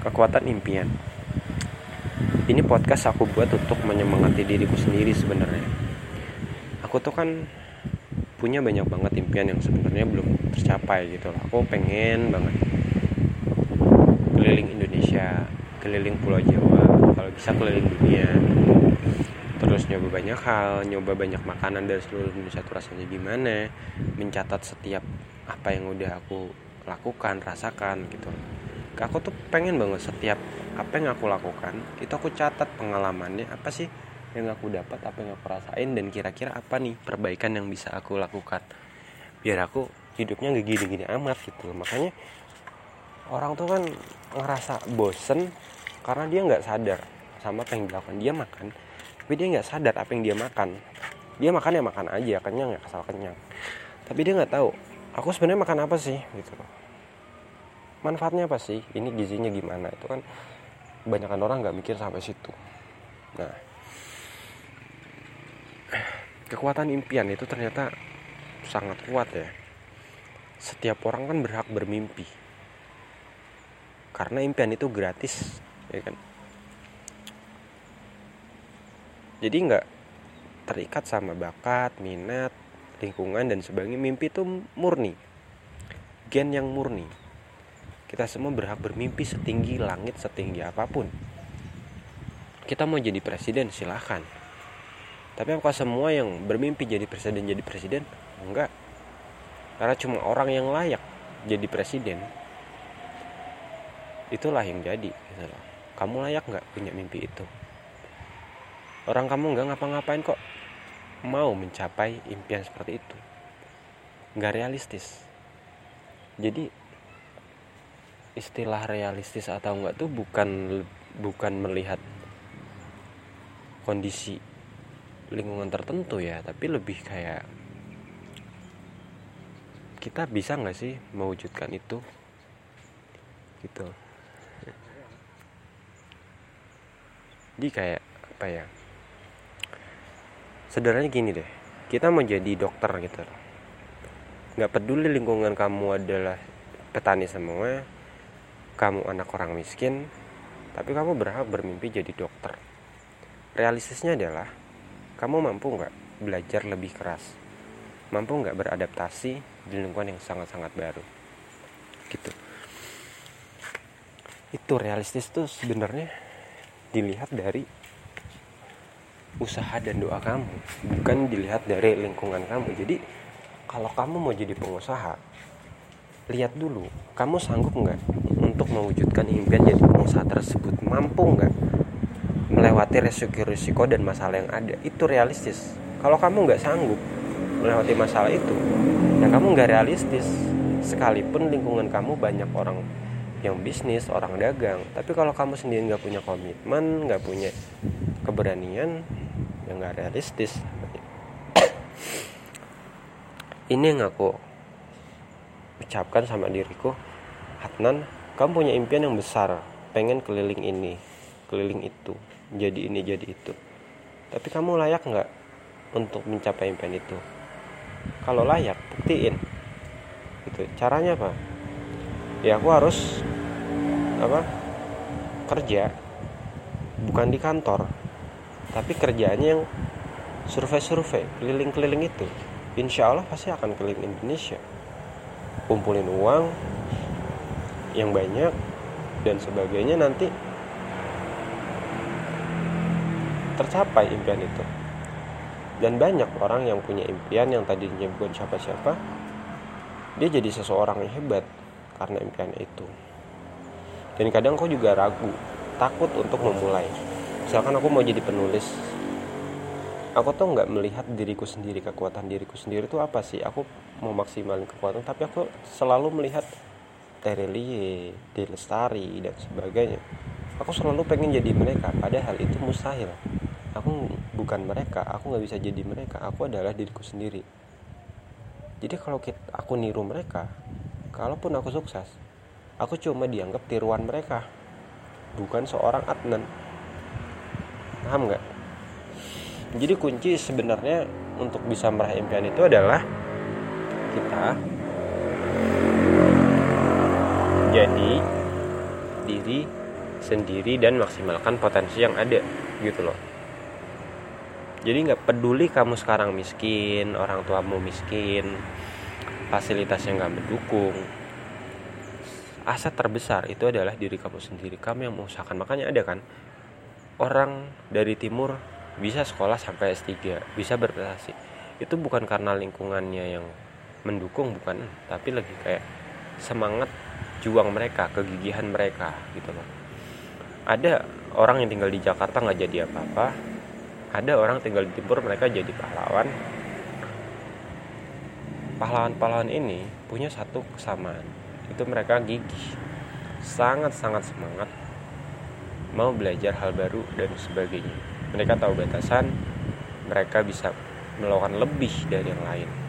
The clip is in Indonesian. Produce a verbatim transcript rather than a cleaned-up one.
Kekuatan impian. Ini podcast aku buat untuk menyemangati diriku sendiri sebenarnya. Aku tuh kan punya banyak banget impian yang sebenarnya belum tercapai gitu loh. Aku pengen banget keliling Indonesia, keliling Pulau Jawa, kalau bisa keliling dunia. Terus nyoba banyak hal, nyoba banyak makanan dari seluruh Indonesia tuh rasanya gimana, mencatat setiap apa yang udah aku lakukan, rasakan gitu. Aku tuh pengen banget setiap apa yang aku lakukan itu aku catat pengalamannya, apa sih yang aku dapat, apa yang aku rasain, dan kira-kira apa nih perbaikan yang bisa aku lakukan biar aku hidupnya gak gini-gini amat gitu. Makanya orang tuh kan ngerasa bosen karena dia gak sadar sama apa yang dilakukan. Dia makan tapi dia gak sadar apa yang dia makan. Dia makan ya makan aja, kenyang ya asal kenyang, tapi dia gak tahu aku sebenarnya makan apa sih gitu loh, manfaatnya apa sih, ini gizinya gimana. Itu kan kebanyakan orang gak mikir sampai situ. Nah, kekuatan impian itu ternyata sangat kuat ya. Setiap orang kan berhak bermimpi, karena impian itu gratis, ya kan. Jadi gak terikat sama bakat, minat, lingkungan, dan sebagainya. Mimpi itu murni, gen yang murni. Kita semua berhak bermimpi setinggi langit, setinggi apapun. Kita mau jadi presiden, silahkan. Tapi apakah semua yang bermimpi jadi presiden jadi presiden? Enggak. Karena cuma orang yang layak jadi presiden, itulah yang jadi gitu loh. Kamu layak gak punya mimpi itu? Orang kamu gak ngapa-ngapain kok mau mencapai impian seperti itu. Gak realistis. Jadi istilah realistis atau enggak tuh bukan bukan melihat kondisi lingkungan tertentu ya, tapi lebih kayak kita bisa enggak sih mewujudkan itu gitu. Jadi kayak apa ya, sederhananya gini deh, kita mau jadi dokter gitu, nggak peduli lingkungan kamu adalah petani semua, kamu anak orang miskin, tapi kamu berhak bermimpi jadi dokter. Realistisnya adalah kamu mampu gak belajar lebih keras, mampu gak beradaptasi di lingkungan yang sangat-sangat baru gitu. Itu realistis tuh sebenarnya dilihat dari usaha dan doa kamu, bukan dilihat dari lingkungan kamu. Jadi kalau kamu mau jadi pengusaha, lihat dulu kamu sanggup gak untuk mewujudkan impian jadi pengusaha tersebut, mampu gak melewati resiko-resiko dan masalah yang ada. Itu realistis. Kalau kamu gak sanggup melewati masalah itu, ya kamu gak realistis. Sekalipun lingkungan kamu banyak orang yang bisnis, orang dagang, tapi kalau kamu sendiri gak punya komitmen, gak punya keberanian, ya gak realistis. Ini yang aku ucapkan sama diriku, Adnan, kamu punya impian yang besar, pengen keliling ini, keliling itu, jadi ini, jadi itu. Tapi kamu layak gak untuk mencapai impian itu? Kalau layak, buktiin. Gitu. Caranya apa? Ya aku harus apa? Kerja, bukan di kantor, tapi kerjaannya yang survei-survei, keliling-keliling itu. Insya Allah pasti akan keliling Indonesia, kumpulin uang yang banyak dan sebagainya, nanti tercapai impian itu. Dan banyak orang yang punya impian yang tadinya bukan siapa-siapa, dia jadi seseorang yang hebat karena impiannya itu. Dan kadang aku juga ragu, takut untuk memulai. Misalkan aku mau jadi penulis, aku tuh gak melihat diriku sendiri, kekuatan diriku sendiri itu apa sih. Aku mau maksimalin kekuatan, tapi aku selalu melihat Terelie, Delestari, dan sebagainya. Aku selalu pengen jadi mereka, padahal itu mustahil. Aku bukan mereka, aku gak bisa jadi mereka. Aku adalah diriku sendiri. Jadi kalau kita, aku niru mereka, kalaupun aku sukses, aku cuma dianggap tiruan mereka, bukan seorang Adnan. Paham gak? Jadi kunci sebenarnya untuk bisa meraih impian itu adalah kita jadi diri sendiri dan maksimalkan potensi yang ada gitu loh. Jadi nggak peduli kamu sekarang miskin, orang tuamu miskin, fasilitasnya nggak mendukung, aset terbesar itu adalah diri kamu sendiri. Kamu yang mengusahakan. Makanya ada kan orang dari timur bisa sekolah sampai S tiga, bisa berprestasi. Itu bukan karena lingkungannya yang mendukung, bukan, tapi lagi kayak semangat juang mereka, kegigihan mereka gitu loh. Ada orang yang tinggal di Jakarta nggak jadi apa-apa, ada orang tinggal di timur mereka jadi pahlawan. Pahlawan-pahlawan ini punya satu kesamaan, itu mereka gigih, sangat-sangat semangat, mau belajar hal baru dan sebagainya. Mereka tahu batasan, mereka bisa melakukan lebih dari yang lain.